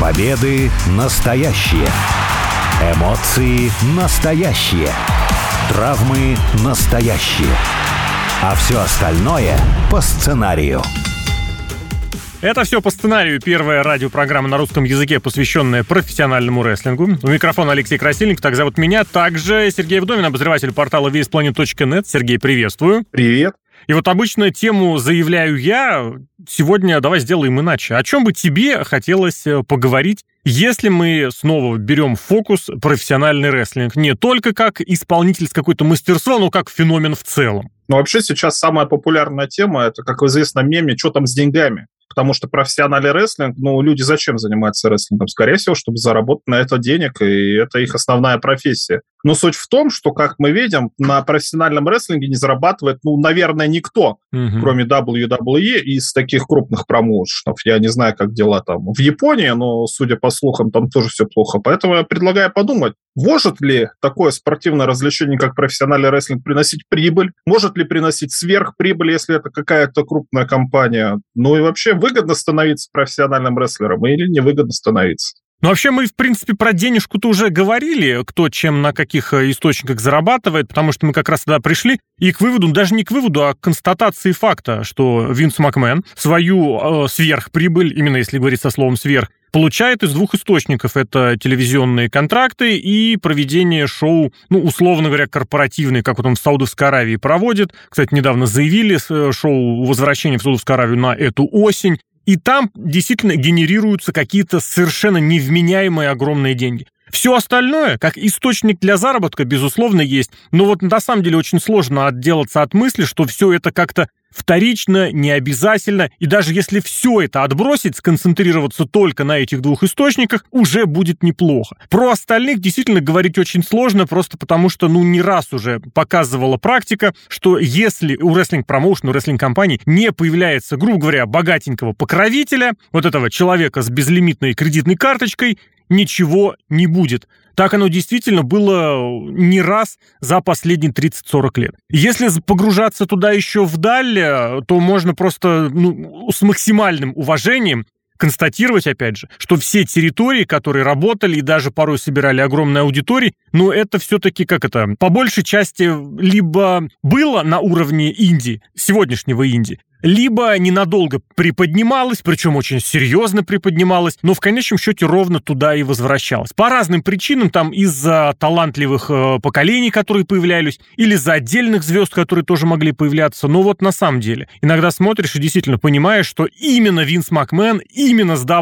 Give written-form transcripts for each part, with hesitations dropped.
Победы настоящие. Эмоции настоящие. Травмы настоящие. А все остальное по сценарию. Это все по сценарию. Первая радиопрограмма на русском языке, посвященная профессиональному рестлингу. У микрофона Алексей Красильников, так зовут меня. Также Сергей Вдовин, обозреватель портала VSPlanet.net. Сергей, приветствую. Привет. И вот обычно тему заявляю я. Сегодня давай сделаем иначе. О чем бы тебе хотелось поговорить, если мы снова берем в фокус профессиональный рестлинг? Не только как исполнитель с какое-то мастерство, но как феномен в целом. Ну, вообще сейчас самая популярная тема, это, как в известном меме, что там с деньгами. Потому что профессиональный рестлинг, люди зачем занимаются рестлингом? Скорее всего, чтобы заработать на это денег, и это их основная профессия. Но суть в том, что, как мы видим, на профессиональном рестлинге не зарабатывает, наверное, никто, кроме WWE из таких крупных промоушенов. Я не знаю, как дела там в Японии, но, судя по слухам, там тоже все плохо. Поэтому я предлагаю подумать, может ли такое спортивное развлечение, как профессиональный рестлинг, приносить прибыль? Может ли приносить сверхприбыль, если это какая-то крупная компания? Ну и вообще, выгодно становиться профессиональным рестлером или невыгодно становиться? Ну, вообще, мы, в принципе, про денежку-то уже говорили, кто чем на каких источниках зарабатывает, потому что мы как раз туда пришли и к выводу, даже не к выводу, а к констатации факта, что Винс Макмен свою сверхприбыль, именно если говорить со словом «сверх», получает из двух источников. Это телевизионные контракты и проведение шоу, условно говоря, корпоративные, как вот он в Саудовской Аравии проводит. Кстати, недавно заявили шоу «Возвращение в Саудовскую Аравию» на эту осень. И там действительно генерируются какие-то совершенно невменяемые огромные деньги. Все остальное, как источник для заработка, безусловно, есть. Но вот на самом деле очень сложно отделаться от мысли, что все это как-то вторично, не обязательно. И даже если все это отбросить, сконцентрироваться только на этих двух источниках, уже будет неплохо. Про остальных действительно говорить очень сложно, просто потому что, не раз уже показывала практика, что если у рестлинг-промоушена, у рестлинг-компаний не появляется, грубо говоря, богатенького покровителя, вот этого человека с безлимитной кредитной карточкой, ничего не будет. Так оно действительно было не раз за последние 30-40 лет. Если погружаться туда еще вдаль, то можно просто с максимальным уважением констатировать, опять же, что все территории, которые работали и даже порой собирали огромные аудитории, это все-таки, по большей части либо было на уровне инди, сегодняшнего инди, либо ненадолго приподнималась, причем очень серьезно приподнималась, но в конечном счете ровно туда и возвращалась. По разным причинам, там из-за талантливых поколений, которые появлялись, или из-за отдельных звезд, которые тоже могли появляться. Но вот на самом деле, иногда смотришь и действительно понимаешь, что именно Винс Макмен, именно с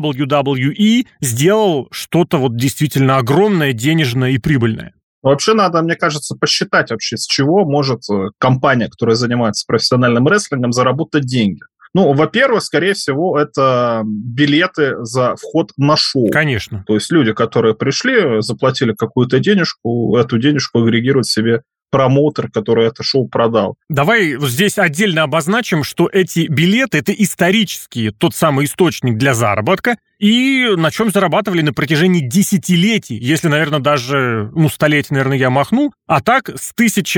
WWE сделал что-то вот действительно огромное, денежное и прибыльное. Вообще надо, мне кажется, посчитать вообще, с чего может компания, которая занимается профессиональным рестлингом, заработать деньги. Во-первых, скорее всего, это билеты за вход на шоу. Конечно. То есть люди, которые пришли, заплатили какую-то денежку, эту денежку агрегируют себе промоутер, который это шоу продал. Давай здесь отдельно обозначим, что эти билеты – это исторически тот самый источник для заработка, и на чем зарабатывали на протяжении десятилетий, если, наверное, даже, столетий, наверное, я махну. А так, с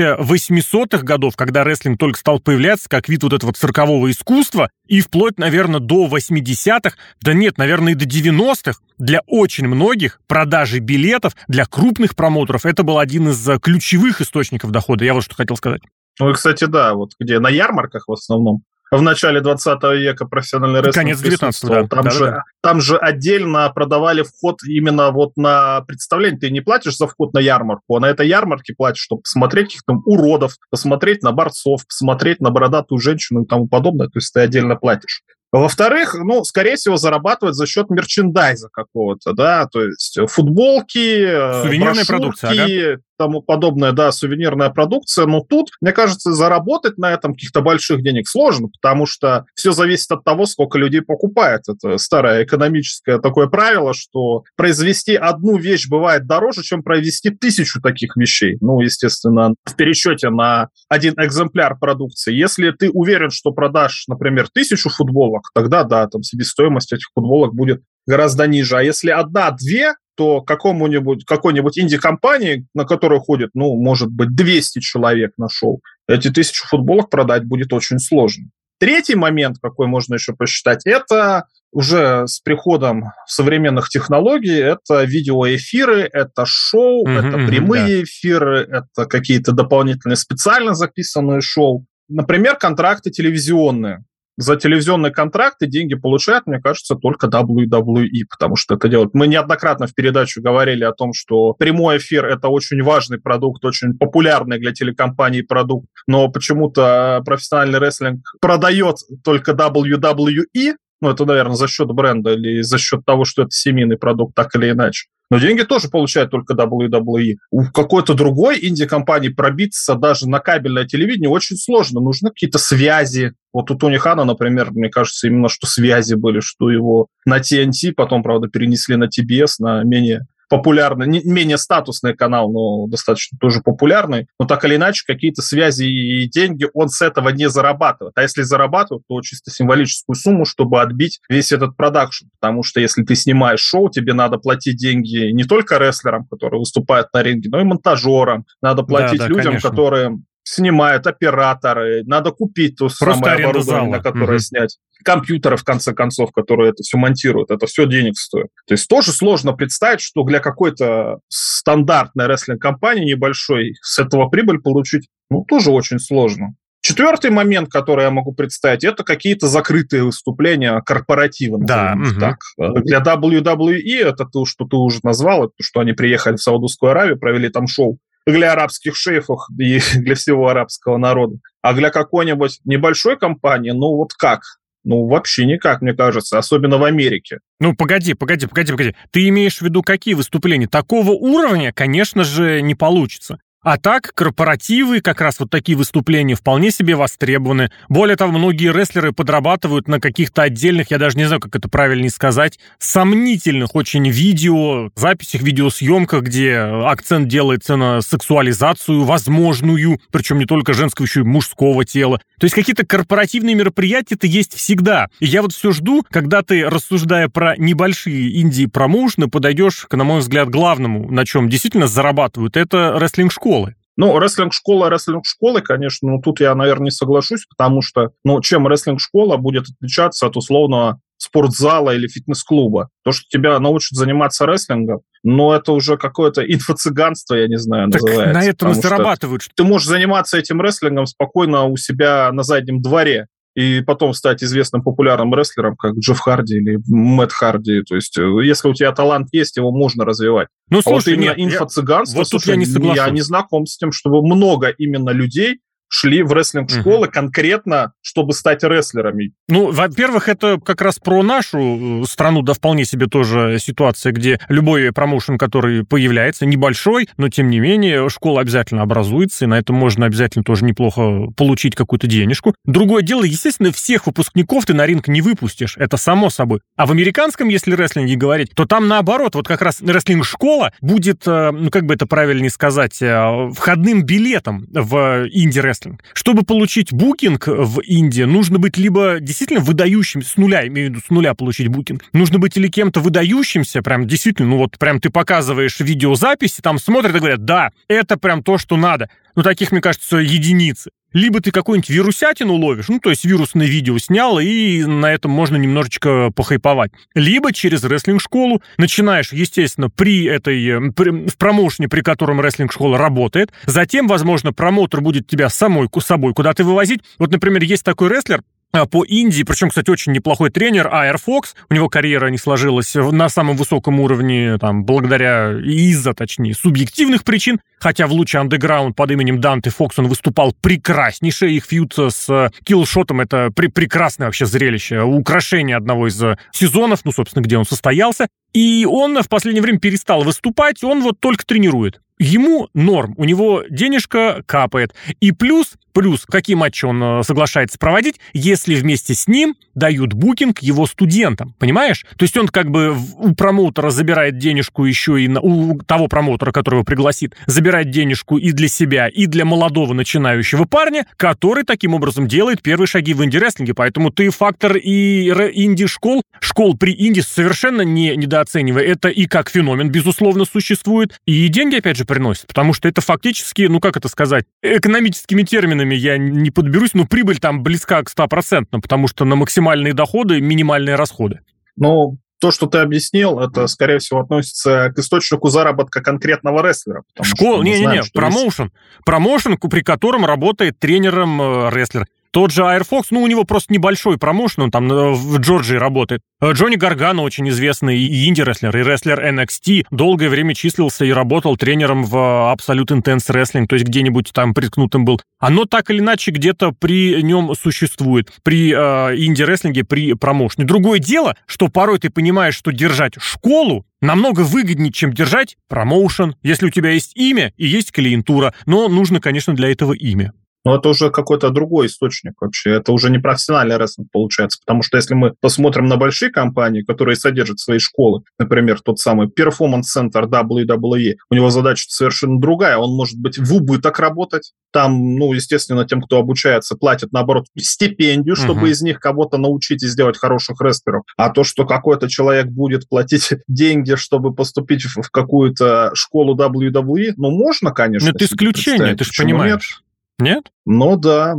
1800-х годов, когда рестлинг только стал появляться, как вид вот этого циркового искусства, и вплоть, наверное, до 80-х, наверное, и до 90-х, для очень многих продажи билетов для крупных промоутеров это был один из ключевых источников дохода. Я вот что хотел сказать. И, кстати, да, вот где на ярмарках в основном. В начале 20 века профессиональный рестлинг конец 19-го, да. Там же отдельно продавали вход именно вот на представление. Ты не платишь за вход на ярмарку, а на этой ярмарке платишь, чтобы посмотреть каких-то уродов, посмотреть на борцов, посмотреть на бородатую женщину и тому подобное. То есть ты отдельно платишь. Во-вторых, скорее всего, зарабатывать за счет мерчендайза какого-то, да, то есть футболки, сувенирная брошюрки, продукция, тому подобное, да, сувенирная продукция. Но тут, мне кажется, заработать на этом каких-то больших денег сложно, потому что все зависит от того, сколько людей покупает. Это старое экономическое такое правило, что произвести одну вещь бывает дороже, чем произвести 1000 таких вещей. Естественно, в пересчете на один экземпляр продукции. Если ты уверен, что продашь, например, 1000 футболок, тогда, да, там себестоимость этих футболок будет гораздо ниже. А если одна-две, то какой-нибудь инди-компании, на которую ходит, может быть, 200 человек на шоу, эти 1000 футболок продать будет очень сложно. Третий момент, какой можно еще посчитать, это уже с приходом современных технологий, это видеоэфиры, это шоу, это прямые эфиры, это какие-то дополнительные специально записанные шоу. Например, контракты телевизионные. За телевизионные контракты деньги получает, мне кажется, только WWE, потому что это делают. Мы неоднократно в передаче говорили о том, что прямой эфир – это очень важный продукт, очень популярный для телекомпаний продукт, но почему-то профессиональный рестлинг продает только WWE, ну, это, наверное, за счет бренда или за счет того, что это семейный продукт, так или иначе. Но деньги тоже получают только WWE. У какой-то другой инди-компании пробиться даже на кабельное телевидение очень сложно. Нужны какие-то связи. Вот у Тони Хана, например, мне кажется, именно что связи были, что его на TNT, потом, правда, перенесли на TBS, на менее популярный, не менее статусный канал, но достаточно тоже популярный. Но так или иначе, какие-то связи и деньги он с этого не зарабатывает. А если зарабатывает, то чисто символическую сумму, чтобы отбить весь этот продакшн. Потому что если ты снимаешь шоу, тебе надо платить деньги не только рестлерам, которые выступают на ринге, но и монтажерам. Надо платить людям, конечно, которые снимают, операторы. Надо купить то самое оборудование, на которое снять. Компьютеры, в конце концов, которые это все монтируют. Это все денег стоит. То есть тоже сложно представить, что для какой-то стандартной рестлинг-компании небольшой с этого прибыль получить, тоже очень сложно. Четвертый момент, который я могу представить, это какие-то закрытые выступления, корпоративы. Да. Так. Для WWE, это то, что ты уже назвал, это что они приехали в Саудовскую Аравию, провели там шоу для арабских шейхов и для всего арабского народа. А для какой-нибудь небольшой компании, как? Вообще никак, мне кажется, особенно в Америке. Погоди. Ты имеешь в виду какие выступления? Такого уровня, конечно же, не получится. А так, корпоративы, как раз вот такие выступления вполне себе востребованы. Более того, многие рестлеры подрабатывают на каких-то отдельных, я даже не знаю, как это правильнее сказать, сомнительных очень записях, видеосъемках, где акцент делается на сексуализацию возможную, причем не только женского, еще и мужского тела. То есть какие-то корпоративные мероприятия-то есть всегда. И я вот все жду, когда ты, рассуждая про небольшие инди-промоушены, подойдешь, на мой взгляд, главному, на чем действительно зарабатывают, это рестлинг-школы. Рестлинг-школы, конечно, тут я, наверное, не соглашусь, потому что, чем рестлинг-школа будет отличаться от условного спортзала или фитнес-клуба? То, что тебя научат заниматься рестлингом, это уже какое-то инфо-цыганство, я не знаю, так называется. На этом и зарабатывают. Ты можешь заниматься этим рестлингом спокойно у себя на заднем дворе и потом стать известным популярным рестлером, как Джефф Харди или Мэтт Харди. То есть, если у тебя талант есть, его можно развивать. Слушай, инфо-цыганство, вот тут я не соглашусь. Я не знаком с тем, чтобы много именно людей шли в рестлинг-школы конкретно, чтобы стать рестлерами. Во-первых, это как раз про нашу страну, да, вполне себе тоже ситуация, где любой промоушен, который появляется, небольшой, но тем не менее школа обязательно образуется, и на этом можно обязательно тоже неплохо получить какую-то денежку. Другое дело, естественно, всех выпускников ты на ринг не выпустишь, это само собой. А в американском, если рестлинге говорить, то там наоборот, вот как раз рестлинг-школа будет, как бы это правильнее сказать, входным билетом в инди-рестлинг. Чтобы получить букинг в Индии, нужно быть либо действительно выдающимся, с нуля, имею в виду, с нуля получить букинг, нужно быть или кем-то выдающимся, прям действительно, прям ты показываешь видеозаписи, там смотрят и говорят, да, это прям то, что надо. Таких, мне кажется, единицы. Либо ты какую-нибудь вирусятину ловишь, то есть вирусное видео снял, и на этом можно немножечко похайповать. Либо через рестлинг-школу начинаешь, естественно, в промоушене, при котором рестлинг-школа работает. Затем, возможно, промоутер будет тебя с собой куда-то вывозить. Вот, например, есть такой рестлер по Индии, причем, кстати, очень неплохой тренер, AR Fox. У него карьера не сложилась на самом высоком уровне, из-за субъективных причин. Хотя в луче Underground под именем Данте Фокс он выступал прекраснейше. Их фьюд с Киллшотом — это прекрасное вообще зрелище. Украшение одного из сезонов, собственно, где он состоялся. И он в последнее время перестал выступать, он только тренирует. Ему норм, у него денежка капает. И плюс, какие матчи он соглашается проводить, если вместе с ним дают букинг его студентам, понимаешь? То есть он у промоутера забирает денежку еще и у того промоутера, которого пригласит, забирает денежку и для себя, и для молодого начинающего парня, который таким образом делает первые шаги в инди-рестлинге. Поэтому ты фактор и инди-школ при инди совершенно не недооценивай. Это и как феномен, безусловно, существует, и деньги, опять же, же приносит, потому что это фактически, ну как это сказать, экономическими терминами я не подберусь, но прибыль там близка к 100%, потому что на максимальные доходы минимальные расходы. Ну, то, что ты объяснил, это, скорее всего, относится к источнику заработка конкретного рестлера. Школа, промоушен. Промоушен, при котором работает тренером рестлер. Тот же Air Fox, ну, у него просто небольшой промоушен, он там в Джорджии работает. Джонни Гаргано очень известный и инди-рестлер, и рестлер NXT, долгое время числился и работал тренером в Absolute Intense Wrestling, то есть где-нибудь там приткнутым был. Оно так или иначе где-то при нем существует, при инди-рестлинге, при промоушене. Другое дело, что порой ты понимаешь, что держать школу намного выгоднее, чем держать промоушен, если у тебя есть имя и есть клиентура, но нужно, конечно, для этого имя. Но это уже какой-то другой источник вообще. Это уже не профессиональный рестлинг получается. Потому что если мы посмотрим на большие компании, которые содержат свои школы, например, тот самый Performance Center WWE, у него задача совершенно другая. Он может быть в убыток работать. Там, ну, естественно, тем, кто обучается, платят, наоборот, стипендию, чтобы из них кого-то научить и сделать хороших рестлеров. А то, что какой-то человек будет платить деньги, чтобы поступить в какую-то школу WWE, ну, можно, конечно. Но это исключение, ты же понимаешь. Нет? Ну да,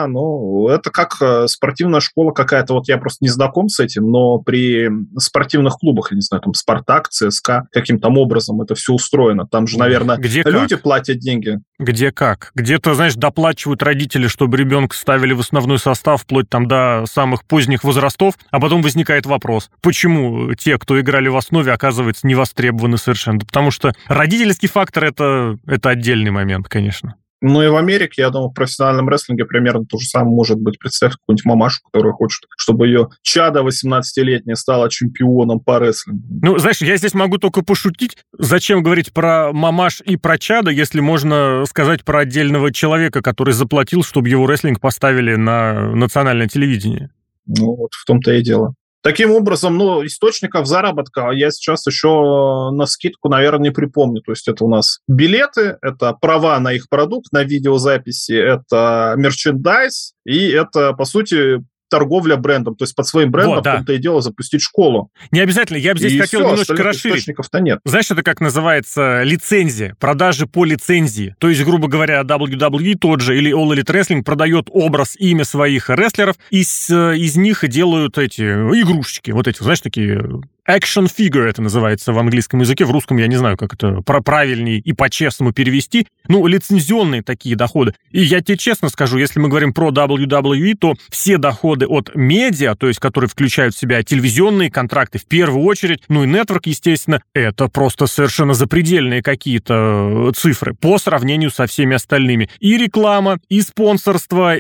это как спортивная школа какая-то, вот я просто не знаком с этим, но при спортивных клубах, я не знаю, там Спартак, ЦСКА, каким там образом это все устроено, там же, наверное, люди платят деньги. Где как? Где-то, знаешь, доплачивают родители, чтобы ребенка ставили в основной состав вплоть там до самых поздних возрастов, а потом возникает вопрос, почему те, кто играли в основе, оказывается, не востребованы совершенно? Потому что родительский фактор это отдельный момент, конечно. Ну и в Америке, я думаю, в профессиональном рестлинге примерно то же самое может быть. Представь какую-нибудь мамашу, которая хочет, чтобы ее чадо 18-летнее стало чемпионом по рестлингу. Ну, знаешь, я здесь могу только пошутить. Зачем говорить про мамаш и про чадо, если можно сказать про отдельного человека, который заплатил, чтобы его рестлинг поставили на национальное телевидение? Ну, вот в том-то и дело. Таким образом, ну, источников заработка я сейчас еще навскидку, наверное, не припомню. То есть это у нас билеты, это права на их продукт, на видеозаписи, это мерчендайз, и это, по сути, торговля брендом, то есть под своим брендом, вот, да. В том-то и дело, запустить школу. Не обязательно, я бы здесь хотел немножечко расширить. Источников-то нет. Знаешь, это как называется лицензия, продажи по лицензии. То есть, грубо говоря, WWE тот же или All Elite Wrestling продает образ, имя своих рестлеров, и из них делают эти игрушечки, вот эти, знаешь, такие... Action figure это называется в английском языке, в русском я не знаю, как это правильнее и по-честному перевести. Ну, лицензионные такие доходы. И я тебе честно скажу, если мы говорим про WWE, то все доходы от медиа, то есть которые включают в себя телевизионные контракты в первую очередь, ну и нетворк, естественно, это просто совершенно запредельные какие-то цифры по сравнению со всеми остальными. И реклама, и спонсорство,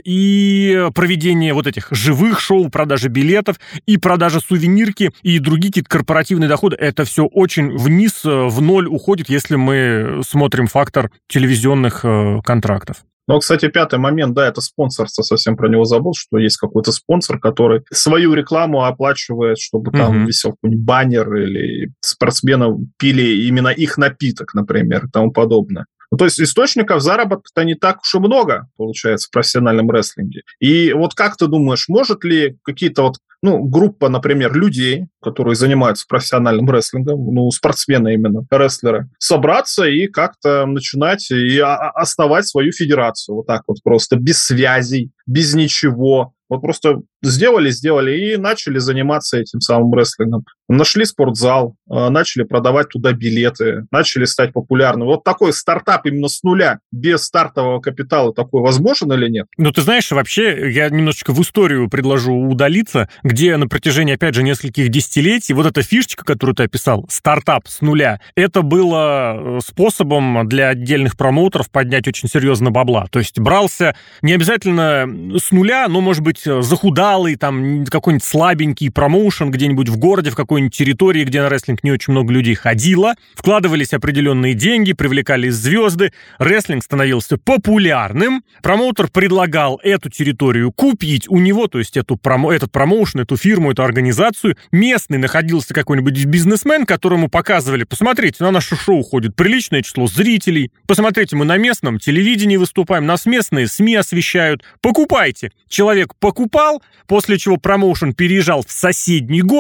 и проведение вот этих живых шоу, продажи билетов, и продажа сувенирки, и другие какие-то корпоративные доходы, это все очень вниз, в ноль уходит, если мы смотрим фактор телевизионных контрактов. Ну, кстати, пятый момент, да, это спонсорство, совсем про него забыл, что есть какой-то спонсор, который свою рекламу оплачивает, чтобы там висел какой-нибудь баннер или спортсмены пили именно их напиток, например, и тому подобное. Ну, то есть источников заработка-то не так уж и много, получается, в профессиональном рестлинге. И вот как ты думаешь, может ли какие-то вот, ну, группа, например, людей, которые занимаются профессиональным рестлингом, ну, спортсмены именно, рестлеры, собраться и как-то начинать и основать свою федерацию, вот так вот просто, без связей, без ничего. Вот просто сделали и начали заниматься этим самым рестлингом. Нашли спортзал, начали продавать туда билеты, начали стать популярными. Вот такой стартап именно с нуля, без стартового капитала, такой возможен или нет? Ну, ты знаешь, вообще, я немножечко в историю предложу удалиться, где на протяжении, опять же, нескольких десятилетий вот эта фишечка, которую ты описал, стартап с нуля, это было способом для отдельных промоутеров поднять очень серьезно бабла. То есть брался не обязательно с нуля, но, может быть, захудалый, там, какой-нибудь слабенький промоушен где-нибудь в городе, в какой-нибудь территории, где на рестлинг не очень много людей ходило, вкладывались определенные деньги, привлекались звезды, рестлинг становился популярным, промоутер предлагал эту территорию купить у него, то есть этот промоушен, эту фирму, эту организацию, местный находился какой-нибудь бизнесмен, которому показывали, посмотрите, на наше шоу ходит приличное число зрителей, посмотрите, мы на местном телевидении выступаем, нас местные СМИ освещают, покупайте. Человек покупал, после чего промоушен переезжал в соседний город,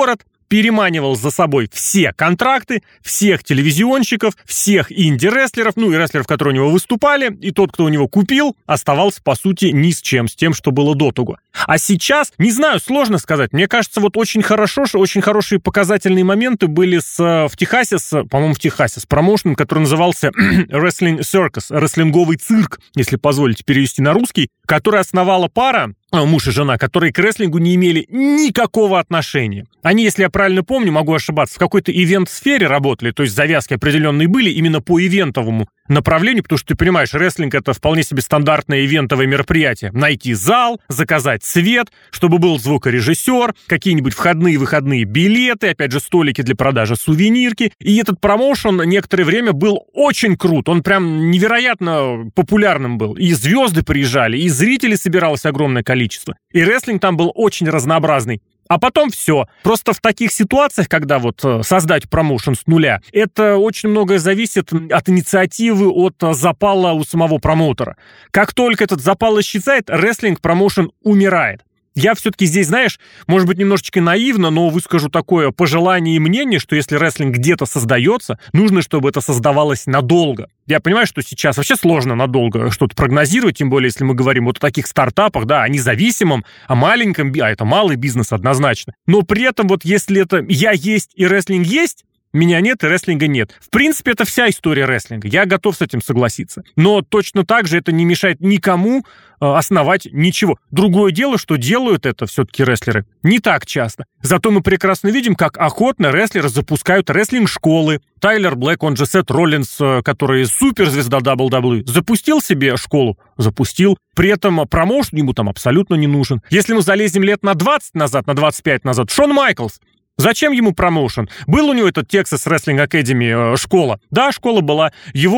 переманивал за собой все контракты, всех телевизионщиков, всех инди-рестлеров, и рестлеров, которые у него выступали, и тот, кто у него купил, оставался, по сути, ни с чем, с тем, что было до того. А сейчас, не знаю, сложно сказать. Мне кажется, вот очень хорошие показательные моменты были в Техасе, с промоушеном, который назывался Wrestling Circus, рестлинговый цирк, если позволите перевести на русский, который основала пара, муж и жена, которые к рестлингу не имели никакого отношения. Они, если я правильно помню, могу ошибаться, в какой-то ивент-сфере работали, то есть завязки определенные были именно по ивентовому направлению, потому что, ты понимаешь, рестлинг — это вполне себе стандартное ивентовое мероприятие. Найти зал, заказать свет, чтобы был звукорежиссер, какие-нибудь входные и выходные билеты, опять же, столики для продажи сувенирки. И этот промоушен некоторое время был очень крут. Он прям невероятно популярным был. И звезды приезжали, и зрителей собиралось огромное количество. И рестлинг там был очень разнообразный. А потом все. Просто в таких ситуациях, когда вот создать промоушен с нуля, это очень многое зависит от инициативы, от запала у самого промоутера. Как только этот запал исчезает, рестлинг-промоушен умирает. Я все-таки здесь, знаешь, может быть, немножечко наивно, но выскажу такое пожелание и мнение, что если рестлинг где-то создается, нужно, чтобы это создавалось надолго. Я понимаю, что сейчас вообще сложно надолго что-то прогнозировать, тем более, если мы говорим вот о таких стартапах, да, о независимом, о маленьком, а это малый бизнес однозначно. Но при этом вот если это я есть и рестлинг есть, меня нет и рестлинга нет. В принципе, это вся история рестлинга. Я готов с этим согласиться. Но точно так же это не мешает никому основать ничего. Другое дело, что делают это все-таки рестлеры не так часто. Зато мы прекрасно видим, как охотно рестлеры запускают рестлинг-школы. Тайлер Блэк, он же Сет Роллинс, который суперзвезда WWE, запустил себе школу? Запустил. При этом промоушен ему там абсолютно не нужен. Если мы залезем лет на 20 назад, на 25 назад, Шон Майклс. Зачем ему промоушен? Был у него этот Texas Wrestling Academy школа. Да, школа была.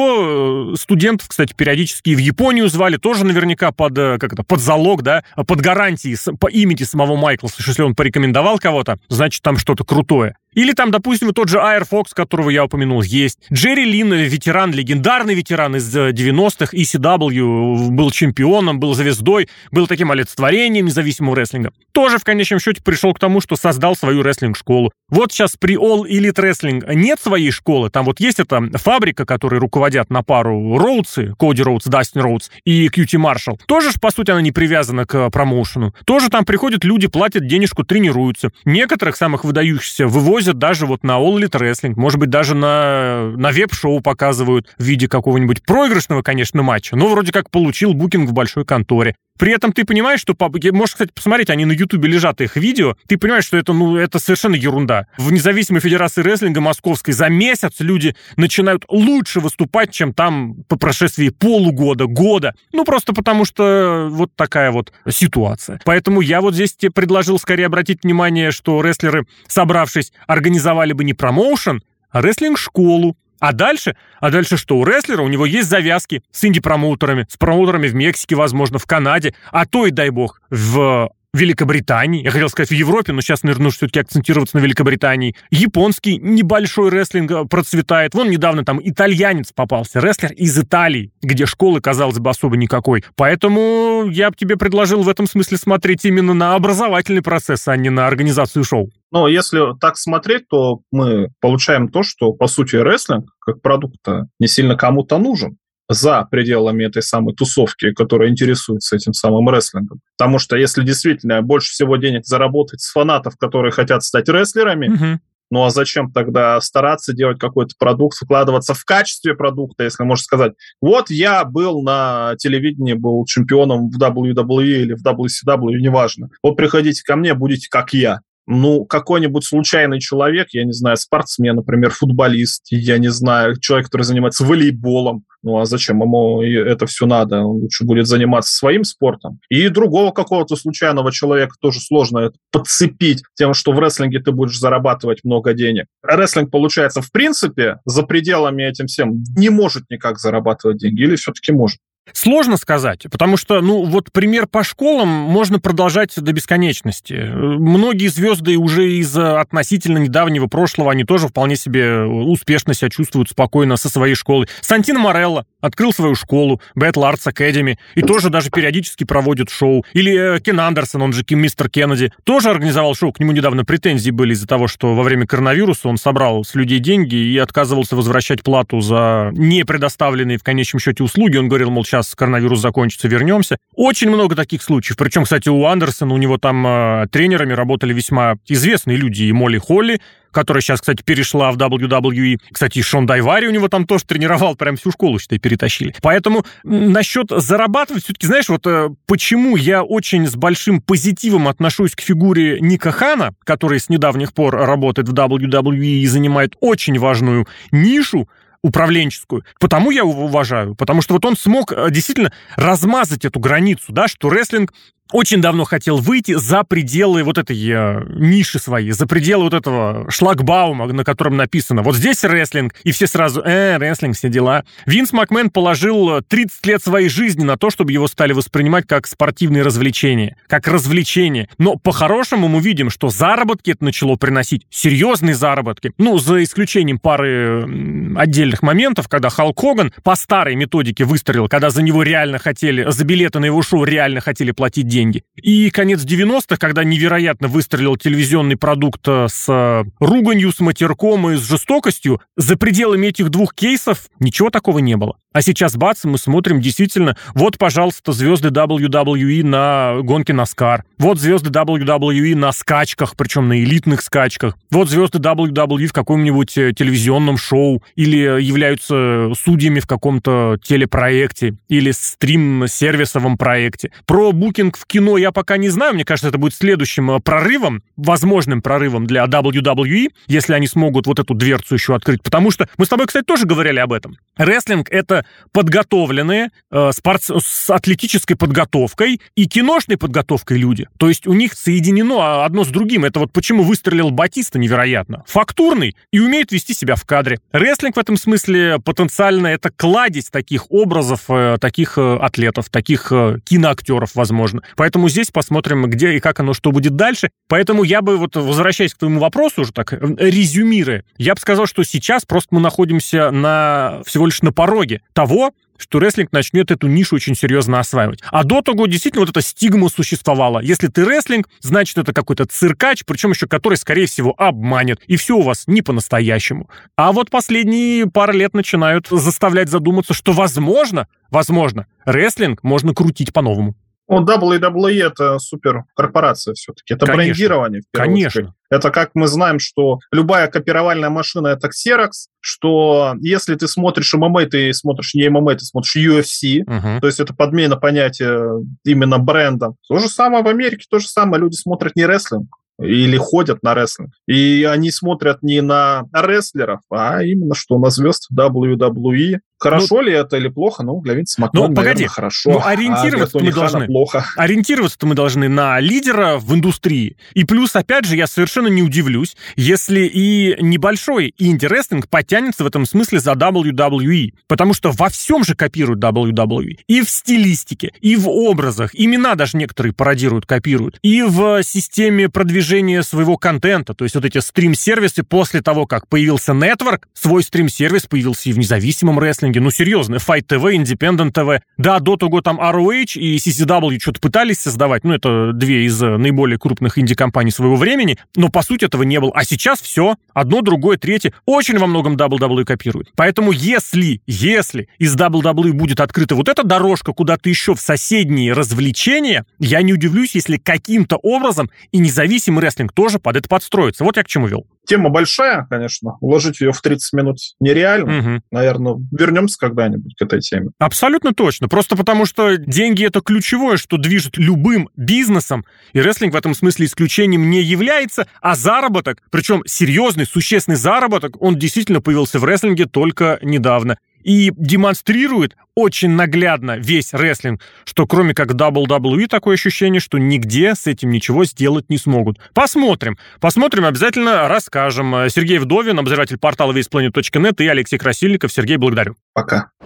Его студентов, кстати, периодически в Японию звали, тоже наверняка под залог, да, под гарантией по имени самого Майклса. Если он порекомендовал кого-то, значит, там что-то крутое. Или там, допустим, тот же Айр Фокс, которого я упомянул, есть. Джерри Лин, ветеран, легендарный ветеран из 90-х, ECW, был чемпионом, был звездой, был таким олицетворением независимого рестлинга. Тоже в конечном счете пришел к тому, что создал свою рестлинг-школу. Вот сейчас при All Elite Wrestling нет своей школы, там вот есть эта фабрика, которой руководят на пару Роудсы, Коди Роудс, Дастин Роудс и Кьюти Маршалл. Тоже ж, по сути, она не привязана к промоушену. Тоже там приходят люди, платят денежку, тренируются. Некоторых самых выдающихся вывозят даже вот на All Elite Wrestling, может быть, даже на веб-шоу показывают в виде какого-нибудь проигрышного, конечно, матча, но вроде как получил букинг в большой конторе. При этом ты понимаешь, что... Можешь, кстати, посмотреть, они на Ютубе лежат, их видео. Ты понимаешь, что это совершенно ерунда. В независимой федерации рестлинга московской за месяц люди начинают лучше выступать, чем там по прошествии полугода, года. Просто потому что вот такая вот ситуация. Поэтому я вот здесь тебе предложил скорее обратить внимание, что рестлеры, собравшись, организовали бы не промоушен, а рестлинг-школу. А дальше что? У рестлера у него есть завязки с инди-промоутерами, с промоутерами в Мексике, возможно, в Канаде, а то и, дай бог, в Великобритании. Я хотел сказать в Европе, но сейчас, наверное, нужно все-таки акцентироваться на Великобритании. Японский небольшой рестлинг процветает. Вон недавно там итальянец попался, рестлер из Италии, где школы, казалось бы, особо никакой. Поэтому я бы тебе предложил в этом смысле смотреть именно на образовательный процесс, а не на организацию шоу. Но если так смотреть, то мы получаем то, что, по сути, рестлинг как продукт не сильно кому-то нужен за пределами этой самой тусовки, которая интересуется этим самым рестлингом. Потому что если действительно больше всего денег заработать с фанатов, которые хотят стать рестлерами, ну а зачем тогда стараться делать какой-то продукт, вкладываться в качестве продукта, если можно сказать, вот я был на телевидении, был чемпионом в WWE или в WCW, неважно. Вот приходите ко мне, будете как я. Какой-нибудь случайный человек, я не знаю, спортсмен, например, футболист, я не знаю, человек, который занимается волейболом, а зачем ему это все надо? Он лучше будет заниматься своим спортом. И другого какого-то случайного человека тоже сложно это подцепить тем, что в рестлинге ты будешь зарабатывать много денег. Рестлинг, получается, в принципе, за пределами этим всем не может никак зарабатывать деньги, или все-таки может? Сложно сказать, потому что, вот пример по школам можно продолжать до бесконечности. Многие звезды уже из относительно недавнего прошлого, они тоже вполне себе успешно себя чувствуют спокойно со своей школой. Сантино Морелло, открыл свою школу, Battle Arts Academy, и тоже даже периодически проводит шоу. Или Кен Андерсон, он же мистер Кеннеди, тоже организовал шоу. К нему недавно претензии были из-за того, что во время коронавируса он собрал с людей деньги и отказывался возвращать плату за не предоставленные в конечном счете услуги. Он говорил, мол, сейчас коронавирус закончится, вернемся. Очень много таких случаев. Причем, кстати, у Андерсона, у него там тренерами работали весьма известные люди. И Молли Холли, которая сейчас, кстати, перешла в WWE. Кстати, Шон Дайвари у него там тоже тренировал, прям всю школу, считай, перетащили. Поэтому насчет зарабатывать, все-таки, знаешь, вот почему я очень с большим позитивом отношусь к фигуре Ника Хана, который с недавних пор работает в WWE и занимает очень важную нишу управленческую. Потому я его уважаю. Потому что вот он смог действительно размазать эту границу, да, что рестлинг очень давно хотел выйти за пределы вот этой ниши своей, за пределы вот этого шлагбаума, на котором написано «Вот здесь рестлинг», и все сразу рестлинг, все дела. Винс Макмен положил 30 лет своей жизни на то, чтобы его стали воспринимать как спортивные развлечения, как развлечение. Но по-хорошему мы видим, что заработки это начало приносить, серьезные заработки. Ну, за исключением пары отдельных моментов, когда Халк Хоган по старой методике выстрелил, когда за него реально хотели, за билеты на его шоу реально хотели платить деньги. И конец 90-х, когда невероятно выстрелил телевизионный продукт с руганью, с матерком и с жестокостью, за пределами этих двух кейсов ничего такого не было. А сейчас, бац, мы смотрим действительно, вот, пожалуйста, звезды WWE на гонке NASCAR, вот звезды WWE на скачках, причем на элитных скачках, вот звезды WWE в каком-нибудь телевизионном шоу или являются судьями в каком-то телепроекте или стрим-сервисовом проекте. Про букинг в кино я пока не знаю, мне кажется, это будет следующим прорывом, возможным прорывом для WWE, если они смогут вот эту дверцу еще открыть, потому что мы с тобой, кстати, тоже говорили об этом. Рестлинг — это подготовленные с атлетической подготовкой и киношной подготовкой люди. То есть у них соединено одно с другим. Это вот почему выстрелил Батиста невероятно. Фактурный и умеет вести себя в кадре. Рестлинг в этом смысле потенциально это кладезь таких образов, таких атлетов, таких киноактеров, возможно. Поэтому здесь посмотрим, где и как оно, что будет дальше. Поэтому я бы, вот возвращаясь к твоему вопросу, уже так резюмируя, я бы сказал, что сейчас просто мы находимся всего лишь на пороге того, что рестлинг начнет эту нишу очень серьезно осваивать. А до того действительно вот эта стигма существовала. Если ты рестлинг, значит, это какой-то циркач, причем еще который, скорее всего, обманет. И все у вас не по-настоящему. А вот последние пару лет начинают заставлять задуматься, что возможно, рестлинг можно крутить по-новому. Ну, WWE — это суперкорпорация все-таки. Это конечно, брендирование, в первую очередь. Это как мы знаем, что любая копировальная машина — это Xerox, что если ты смотришь ММА, ты смотришь не ММА, ты смотришь UFC, то есть это подмена понятия именно бренда. То же самое в Америке, то же самое. Люди смотрят не рестлинг или ходят на рестлинг. И они смотрят не на рестлеров, а именно что на звезд WWE. Хорошо ли это или плохо? Ну, для Винса Макмена, наверное, хорошо. Ну, ориентироваться-то мы должны. Плохо. Ориентироваться-то мы должны на лидера в индустрии. И плюс, опять же, я совершенно не удивлюсь, если и небольшой инди-рестлинг потянется в этом смысле за WWE. Потому что во всем же копируют WWE. И в стилистике, и в образах. Имена даже некоторые пародируют, копируют. И в системе продвижения своего контента. То есть вот эти стрим-сервисы после того, как появился Network, свой стрим-сервис появился и в независимом рестлинге. Ну, серьезно, Fight TV, Independent TV. Да, до того там ROH и CCW что-то пытались создавать. Ну, это две из наиболее крупных инди-компаний своего времени. Но, по сути, этого не было. А сейчас все. Одно, другое, третье. Очень во многом WWE копирует. Поэтому если из WWE будет открыта вот эта дорожка куда-то еще в соседние развлечения, я не удивлюсь, если каким-то образом и независимый рестлинг тоже под это подстроится. Вот я к чему вел. Тема большая, конечно. Уложить ее в 30 минут нереально. Наверное, вернемся когда-нибудь к этой теме. Абсолютно точно. Просто потому, что деньги — это ключевое, что движет любым бизнесом. И рестлинг в этом смысле исключением не является. А заработок, причем серьезный, существенный заработок, он действительно появился в рестлинге только недавно. И демонстрирует очень наглядно весь рестлинг, что кроме как WWE такое ощущение, что нигде с этим ничего сделать не смогут. Посмотрим, обязательно расскажем. Сергей Вдовин, обозреватель портала VSPlanet.net, и Алексей Красильников. Сергей, благодарю. Пока.